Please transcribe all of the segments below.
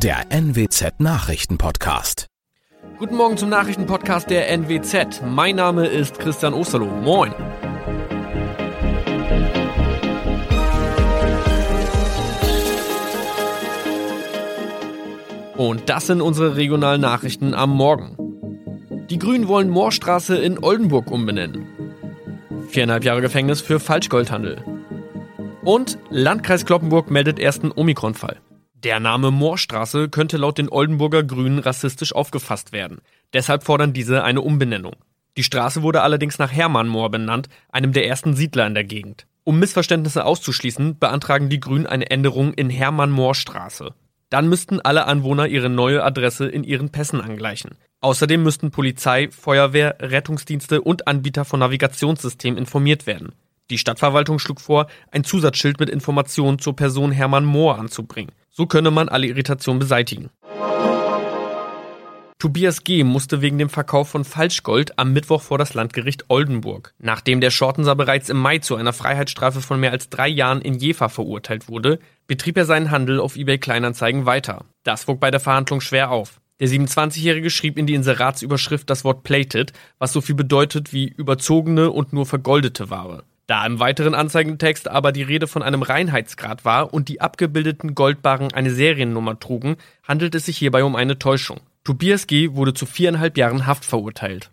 der NWZ Nachrichtenpodcast. Guten Morgen zum Nachrichtenpodcast der NWZ. Mein Name ist Christian Osterloh. Moin. Und das sind unsere regionalen Nachrichten am Morgen. Die Grünen wollen Moorstraße in Oldenburg umbenennen. 4,5 Jahre Gefängnis für Falschgoldhandel. Und Landkreis Cloppenburg meldet ersten Omikron-Fall. Der Name Moorstraße könnte laut den Oldenburger Grünen rassistisch aufgefasst werden. Deshalb fordern diese eine Umbenennung. Die Straße wurde allerdings nach Hermann Mohr benannt, einem der ersten Siedler in der Gegend. Um Missverständnisse auszuschließen, beantragen die Grünen eine Änderung in Hermann-Mohr-Straße. Dann müssten alle Anwohner ihre neue Adresse in ihren Pässen angleichen. Außerdem müssten Polizei, Feuerwehr, Rettungsdienste und Anbieter von Navigationssystemen informiert werden. Die Stadtverwaltung schlug vor, ein Zusatzschild mit Informationen zur Person Hermann Mohr anzubringen. So könne man alle Irritationen beseitigen. Tobias G. musste wegen dem Verkauf von Falschgold am Mittwoch vor das Landgericht Oldenburg. Nachdem der Schortenser bereits im Mai zu einer Freiheitsstrafe von mehr als 3 Jahren in Jever verurteilt wurde, betrieb er seinen Handel auf eBay Kleinanzeigen weiter. Das wog bei der Verhandlung schwer auf. Der 27-Jährige schrieb in die Inseratsüberschrift das Wort plated, was so viel bedeutet wie überzogene und nur vergoldete Ware. Da im weiteren Anzeigentext aber die Rede von einem Reinheitsgrad war und die abgebildeten Goldbarren eine Seriennummer trugen, handelt es sich hierbei um eine Täuschung. Tobias G. wurde zu 4,5 Jahren Haft verurteilt.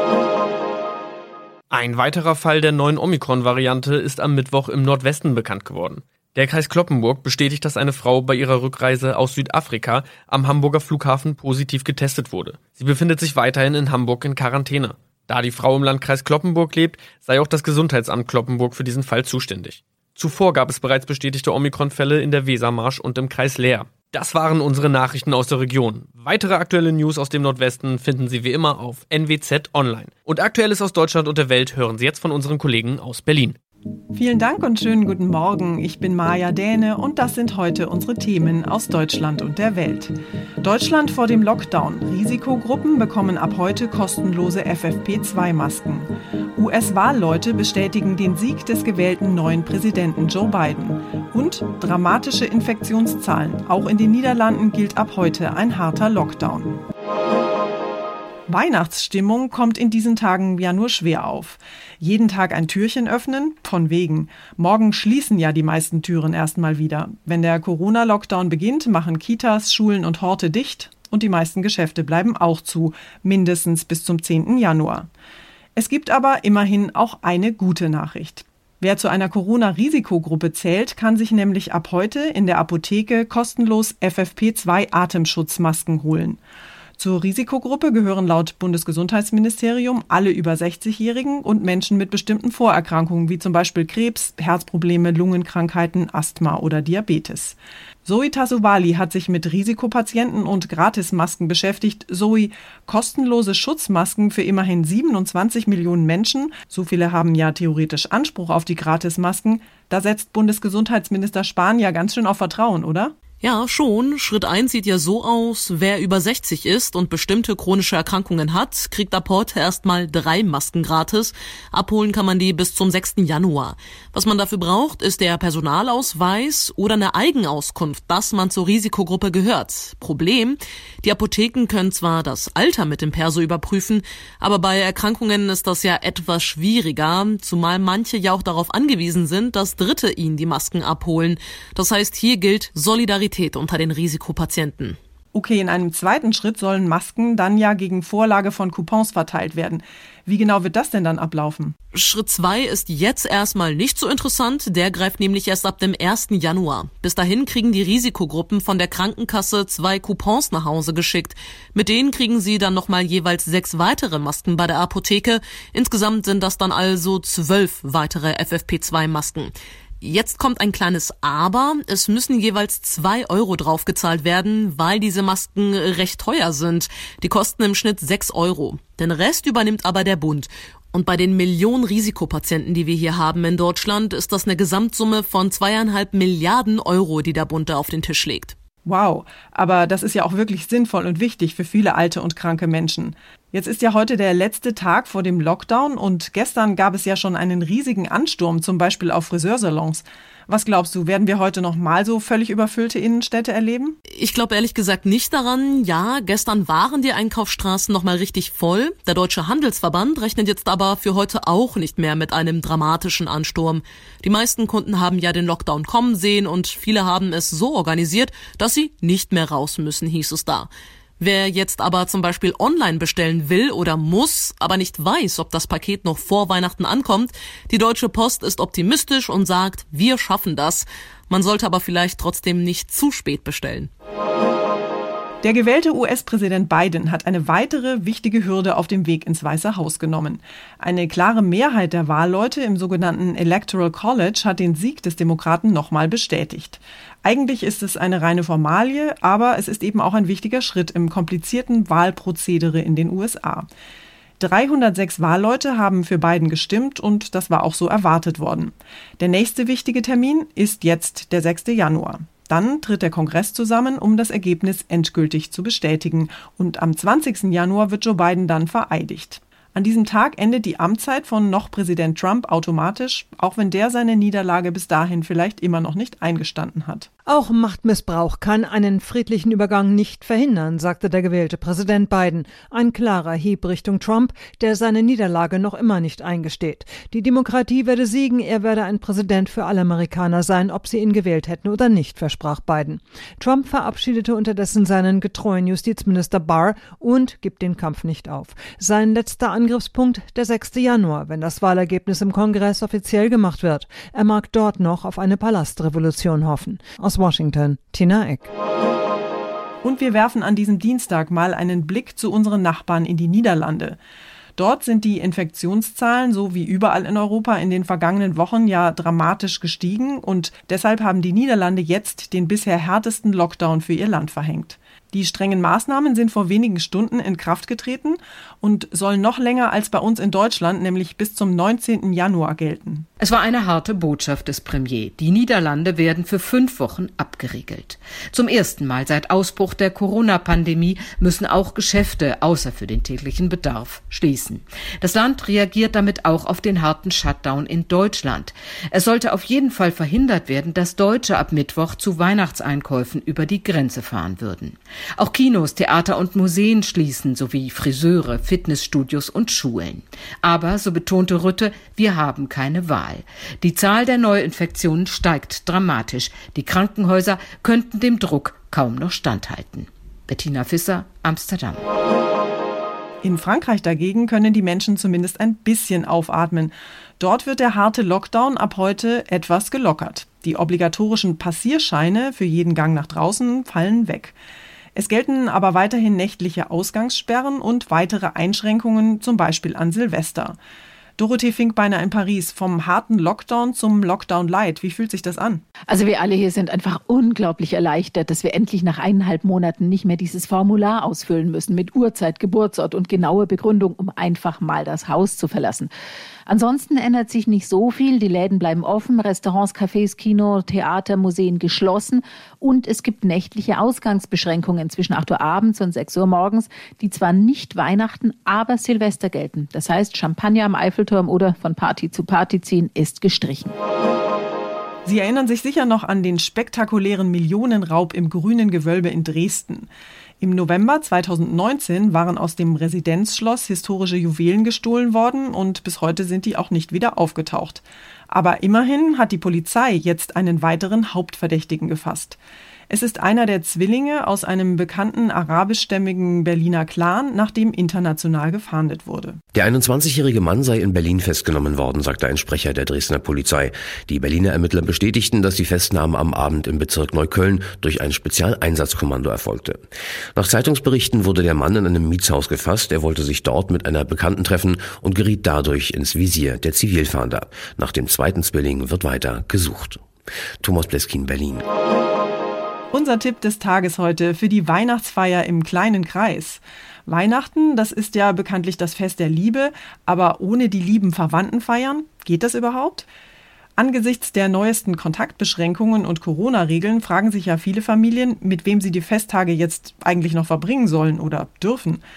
Ein weiterer Fall der neuen Omikron-Variante ist am Mittwoch im Nordwesten bekannt geworden. Der Kreis Cloppenburg bestätigt, dass eine Frau bei ihrer Rückreise aus Südafrika am Hamburger Flughafen positiv getestet wurde. Sie befindet sich weiterhin in Hamburg in Quarantäne. Da die Frau im Landkreis Cloppenburg lebt, sei auch das Gesundheitsamt Cloppenburg für diesen Fall zuständig. Zuvor gab es bereits bestätigte Omikron-Fälle in der Wesermarsch und im Kreis Leer. Das waren unsere Nachrichten aus der Region. Weitere aktuelle News aus dem Nordwesten finden Sie wie immer auf NWZ Online. Und Aktuelles aus Deutschland und der Welt hören Sie jetzt von unseren Kollegen aus Berlin. Vielen Dank und schönen guten Morgen. Ich bin Maja Däne und das sind heute unsere Themen aus Deutschland und der Welt. Deutschland vor dem Lockdown. Risikogruppen bekommen ab heute kostenlose FFP2-Masken. US-Wahlleute bestätigen den Sieg des gewählten neuen Präsidenten Joe Biden. Und dramatische Infektionszahlen. Auch in den Niederlanden gilt ab heute ein harter Lockdown. Weihnachtsstimmung kommt in diesen Tagen ja nur schwer auf. Jeden Tag ein Türchen öffnen? Von wegen. Morgen schließen ja die meisten Türen erstmal wieder. Wenn der Corona-Lockdown beginnt, machen Kitas, Schulen und Horte dicht und die meisten Geschäfte bleiben auch zu, mindestens bis zum 10. Januar. Es gibt aber immerhin auch eine gute Nachricht. Wer zu einer Corona-Risikogruppe zählt, kann sich nämlich ab heute in der Apotheke kostenlos FFP2-Atemschutzmasken holen. Zur Risikogruppe gehören laut Bundesgesundheitsministerium alle über 60-Jährigen und Menschen mit bestimmten Vorerkrankungen wie zum Beispiel Krebs, Herzprobleme, Lungenkrankheiten, Asthma oder Diabetes. Zoe Tasovali hat sich mit Risikopatienten und Gratismasken beschäftigt. Zoe, kostenlose Schutzmasken für immerhin 27 Millionen Menschen, so viele haben ja theoretisch Anspruch auf die Gratismasken, da setzt Bundesgesundheitsminister Spahn ja ganz schön auf Vertrauen, oder? Ja, schon. Schritt 1 sieht ja so aus, wer über 60 ist und bestimmte chronische Erkrankungen hat, kriegt ab heute erstmal 3 Masken gratis. Abholen kann man die bis zum 6. Januar. Was man dafür braucht, ist der Personalausweis oder eine Eigenauskunft, dass man zur Risikogruppe gehört. Problem: Die Apotheken können zwar das Alter mit dem Perso überprüfen, aber bei Erkrankungen ist das ja etwas schwieriger, zumal manche ja auch darauf angewiesen sind, dass Dritte ihnen die Masken abholen. Das heißt, hier gilt Solidarität unter den Risikopatienten. Okay, in einem zweiten Schritt sollen Masken dann ja gegen Vorlage von Coupons verteilt werden. Wie genau wird das denn dann ablaufen? Schritt 2 ist jetzt erstmal nicht so interessant, der greift nämlich erst ab dem 1. Januar. Bis dahin kriegen die Risikogruppen von der Krankenkasse 2 Coupons nach Hause geschickt. Mit denen kriegen sie dann nochmal jeweils 6 weitere Masken bei der Apotheke. Insgesamt sind das dann also 12 weitere FFP2-Masken. Jetzt kommt ein kleines Aber. Es müssen jeweils 2 € draufgezahlt werden, weil diese Masken recht teuer sind. Die kosten im Schnitt 6 €. Den Rest übernimmt aber der Bund. Und bei den Millionen Risikopatienten, die wir hier haben in Deutschland, ist das eine Gesamtsumme von 2,5 Milliarden €, die der Bund da auf den Tisch legt. Wow, aber das ist ja auch wirklich sinnvoll und wichtig für viele alte und kranke Menschen. Jetzt ist ja heute der letzte Tag vor dem Lockdown und gestern gab es ja schon einen riesigen Ansturm, zum Beispiel auf Friseursalons. Was glaubst du, werden wir heute noch mal so völlig überfüllte Innenstädte erleben? Ich glaube ehrlich gesagt nicht daran. Ja, gestern waren die Einkaufsstraßen noch mal richtig voll. Der Deutsche Handelsverband rechnet jetzt aber für heute auch nicht mehr mit einem dramatischen Ansturm. Die meisten Kunden haben ja den Lockdown kommen sehen und viele haben es so organisiert, dass sie nicht mehr raus müssen, hieß es da. Wer jetzt aber zum Beispiel online bestellen will oder muss, aber nicht weiß, ob das Paket noch vor Weihnachten ankommt, die Deutsche Post ist optimistisch und sagt, wir schaffen das. Man sollte aber vielleicht trotzdem nicht zu spät bestellen. Der gewählte US-Präsident Biden hat eine weitere wichtige Hürde auf dem Weg ins Weiße Haus genommen. Eine klare Mehrheit der Wahlleute im sogenannten Electoral College hat den Sieg des Demokraten nochmal bestätigt. Eigentlich ist es eine reine Formalie, aber es ist eben auch ein wichtiger Schritt im komplizierten Wahlprozedere in den USA. 306 Wahlleute haben für Biden gestimmt und das war auch so erwartet worden. Der nächste wichtige Termin ist jetzt der 6. Januar. Dann tritt der Kongress zusammen, um das Ergebnis endgültig zu bestätigen. Und am 20. Januar wird Joe Biden dann vereidigt. An diesem Tag endet die Amtszeit von noch Präsident Trump automatisch, auch wenn der seine Niederlage bis dahin vielleicht immer noch nicht eingestanden hat. Auch Machtmissbrauch kann einen friedlichen Übergang nicht verhindern, sagte der gewählte Präsident Biden. Ein klarer Hieb Richtung Trump, der seine Niederlage noch immer nicht eingesteht. Die Demokratie werde siegen, er werde ein Präsident für alle Amerikaner sein, ob sie ihn gewählt hätten oder nicht, versprach Biden. Trump verabschiedete unterdessen seinen getreuen Justizminister Barr und gibt den Kampf nicht auf. Sein letzter Angriffspunkt der 6. Januar, wenn das Wahlergebnis im Kongress offiziell gemacht wird. Er mag dort noch auf eine Palastrevolution hoffen. Aus Washington, Tina Eck. Und wir werfen an diesem Dienstag mal einen Blick zu unseren Nachbarn in die Niederlande. Dort sind die Infektionszahlen, so wie überall in Europa, in den vergangenen Wochen ja dramatisch gestiegen und deshalb haben die Niederlande jetzt den bisher härtesten Lockdown für ihr Land verhängt. Die strengen Maßnahmen sind vor wenigen Stunden in Kraft getreten und sollen noch länger als bei uns in Deutschland, nämlich bis zum 19. Januar gelten. Es war eine harte Botschaft des Premiers. Die Niederlande werden für 5 Wochen abgeriegelt. Zum ersten Mal seit Ausbruch der Corona-Pandemie müssen auch Geschäfte außer für den täglichen Bedarf schließen. Das Land reagiert damit auch auf den harten Shutdown in Deutschland. Es sollte auf jeden Fall verhindert werden, dass Deutsche ab Mittwoch zu Weihnachtseinkäufen über die Grenze fahren würden. Auch Kinos, Theater und Museen schließen, sowie Friseure, Fitnessstudios und Schulen. Aber, so betonte Rutte, wir haben keine Wahl. Die Zahl der Neuinfektionen steigt dramatisch. Die Krankenhäuser könnten dem Druck kaum noch standhalten. Bettina Visser, Amsterdam. In Frankreich dagegen können die Menschen zumindest ein bisschen aufatmen. Dort wird der harte Lockdown ab heute etwas gelockert. Die obligatorischen Passierscheine für jeden Gang nach draußen fallen weg. Es gelten aber weiterhin nächtliche Ausgangssperren und weitere Einschränkungen, zum Beispiel an Silvester. Dorothee Finkbeiner in Paris, vom harten Lockdown zum Lockdown Light. Wie fühlt sich das an? Also wir alle hier sind einfach unglaublich erleichtert, dass wir endlich nach 1,5 Monaten nicht mehr dieses Formular ausfüllen müssen mit Uhrzeit, Geburtsort und genaue Begründung, um einfach mal das Haus zu verlassen. Ansonsten ändert sich nicht so viel. Die Läden bleiben offen, Restaurants, Cafés, Kino, Theater, Museen geschlossen. Und es gibt nächtliche Ausgangsbeschränkungen zwischen 8 Uhr abends und 6 Uhr morgens, die zwar nicht Weihnachten, aber Silvester gelten. Das heißt, Champagner am Eiffelturm oder von Party zu Party ziehen ist gestrichen. Sie erinnern sich sicher noch an den spektakulären Millionenraub im Grünen Gewölbe in Dresden. Im November 2019 waren aus dem Residenzschloss historische Juwelen gestohlen worden und bis heute sind die auch nicht wieder aufgetaucht. Aber immerhin hat die Polizei jetzt einen weiteren Hauptverdächtigen gefasst. Es ist einer der Zwillinge aus einem bekannten arabischstämmigen Berliner Clan, nach dem international gefahndet wurde. Der 21-jährige Mann sei in Berlin festgenommen worden, sagte ein Sprecher der Dresdner Polizei. Die Berliner Ermittler bestätigten, dass die Festnahme am Abend im Bezirk Neukölln durch ein Spezialeinsatzkommando erfolgte. Nach Zeitungsberichten wurde der Mann in einem Mietshaus gefasst. Er wollte sich dort mit einer Bekannten treffen und geriet dadurch ins Visier der Zivilfahnder. Nach dem zweiten Zwilling wird weiter gesucht. Thomas Bleskin, Berlin. Unser Tipp des Tages heute für die Weihnachtsfeier im kleinen Kreis. Weihnachten, das ist ja bekanntlich das Fest der Liebe, aber ohne die lieben Verwandten feiern, geht das überhaupt? Angesichts der neuesten Kontaktbeschränkungen und Corona-Regeln fragen sich ja viele Familien, mit wem sie die Festtage jetzt eigentlich noch verbringen sollen oder dürfen.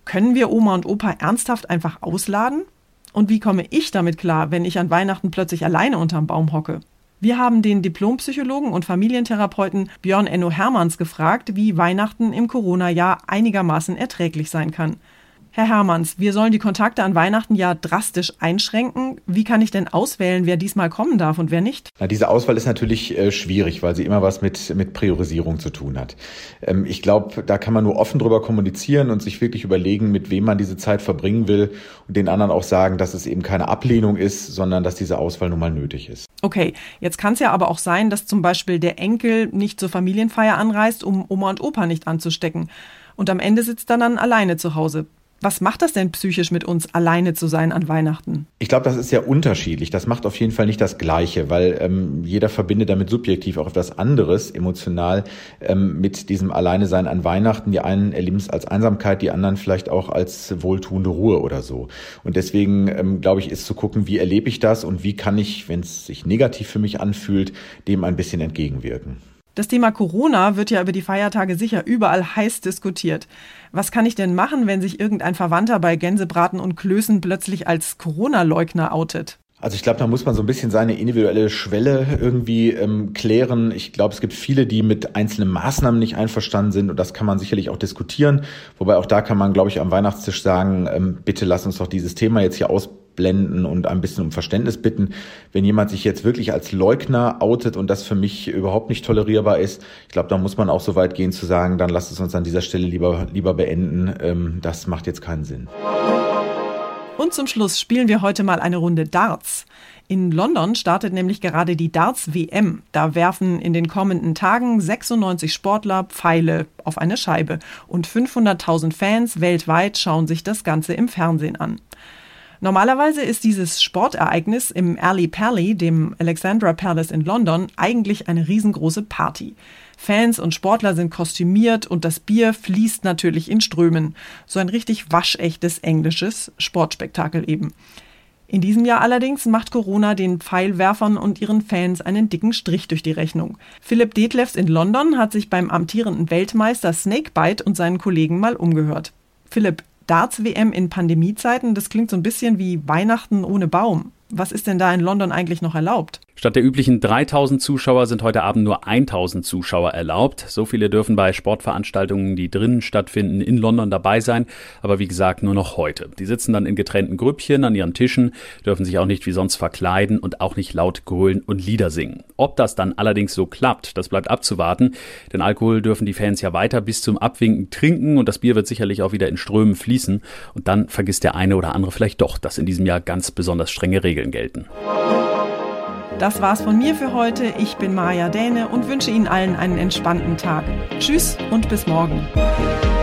Können wir Oma und Opa ernsthaft einfach ausladen? Und wie komme ich damit klar, wenn ich an Weihnachten plötzlich alleine unterm Baum hocke? Wir haben den Diplompsychologen und Familientherapeuten Björn Enno Hermanns gefragt, wie Weihnachten im Corona-Jahr einigermaßen erträglich sein kann. Herr Hermanns, wir sollen die Kontakte an Weihnachten ja drastisch einschränken. Wie kann ich denn auswählen, wer diesmal kommen darf und wer nicht? Diese Auswahl ist natürlich schwierig, weil sie immer was mit Priorisierung zu tun hat. Ich glaube, da kann man nur offen drüber kommunizieren und sich wirklich überlegen, mit wem man diese Zeit verbringen will und den anderen auch sagen, dass es eben keine Ablehnung ist, sondern dass diese Auswahl nun mal nötig ist. Okay, jetzt kann es ja aber auch sein, dass zum Beispiel der Enkel nicht zur Familienfeier anreist, um Oma und Opa nicht anzustecken. Und am Ende sitzt er dann alleine zu Hause. Was macht das denn psychisch mit uns, alleine zu sein an Weihnachten? Ich glaube, das ist ja unterschiedlich. Das macht auf jeden Fall nicht das Gleiche, weil jeder verbindet damit subjektiv auch etwas anderes, emotional, mit diesem Alleine-Sein an Weihnachten. Die einen erleben es als Einsamkeit, die anderen vielleicht auch als wohltuende Ruhe oder so. Und deswegen, glaube ich, ist zu gucken, wie erlebe ich das und wie kann ich, wenn es sich negativ für mich anfühlt, dem ein bisschen entgegenwirken. Das Thema Corona wird ja über die Feiertage sicher überall heiß diskutiert. Was kann ich denn machen, wenn sich irgendein Verwandter bei Gänsebraten und Klößen plötzlich als Corona-Leugner outet? Also ich glaube, da muss man so ein bisschen seine individuelle Schwelle irgendwie klären. Ich glaube, es gibt viele, die mit einzelnen Maßnahmen nicht einverstanden sind und das kann man sicherlich auch diskutieren. Wobei auch da kann man, glaube ich, am Weihnachtstisch sagen, bitte lass uns doch dieses Thema jetzt hier ausblenden und ein bisschen um Verständnis bitten. Wenn jemand sich jetzt wirklich als Leugner outet und das für mich überhaupt nicht tolerierbar ist, ich glaube, da muss man auch so weit gehen zu sagen, dann lasst es uns an dieser Stelle lieber beenden. Das macht jetzt keinen Sinn. Und zum Schluss spielen wir heute mal eine Runde Darts. In London startet nämlich gerade die Darts-WM. Da werfen in den kommenden Tagen 96 Sportler Pfeile auf eine Scheibe. Und 500.000 Fans weltweit schauen sich das Ganze im Fernsehen an. Normalerweise ist dieses Sportereignis im Ali Pally, dem Alexandra Palace in London, eigentlich eine riesengroße Party. Fans und Sportler sind kostümiert und das Bier fließt natürlich in Strömen. So ein richtig waschechtes englisches Sportspektakel eben. In diesem Jahr allerdings macht Corona den Pfeilwerfern und ihren Fans einen dicken Strich durch die Rechnung. Philipp Detlefs in London hat sich beim amtierenden Weltmeister Snakebite und seinen Kollegen mal umgehört. Philipp, Darts-WM in Pandemiezeiten, das klingt so ein bisschen wie Weihnachten ohne Baum. Was ist denn da in London eigentlich noch erlaubt? Statt der üblichen 3.000 Zuschauer sind heute Abend nur 1.000 Zuschauer erlaubt. So viele dürfen bei Sportveranstaltungen, die drinnen stattfinden, in London dabei sein. Aber wie gesagt, nur noch heute. Die sitzen dann in getrennten Grüppchen an ihren Tischen, dürfen sich auch nicht wie sonst verkleiden und auch nicht laut grölen und Lieder singen. Ob das dann allerdings so klappt, das bleibt abzuwarten. Denn Alkohol dürfen die Fans ja weiter bis zum Abwinken trinken und das Bier wird sicherlich auch wieder in Strömen fließen. Und dann vergisst der eine oder andere vielleicht doch, dass in diesem Jahr ganz besonders strenge Regeln gelten. Das war's von mir für heute. Ich bin Maja Däne und wünsche Ihnen allen einen entspannten Tag. Tschüss und bis morgen.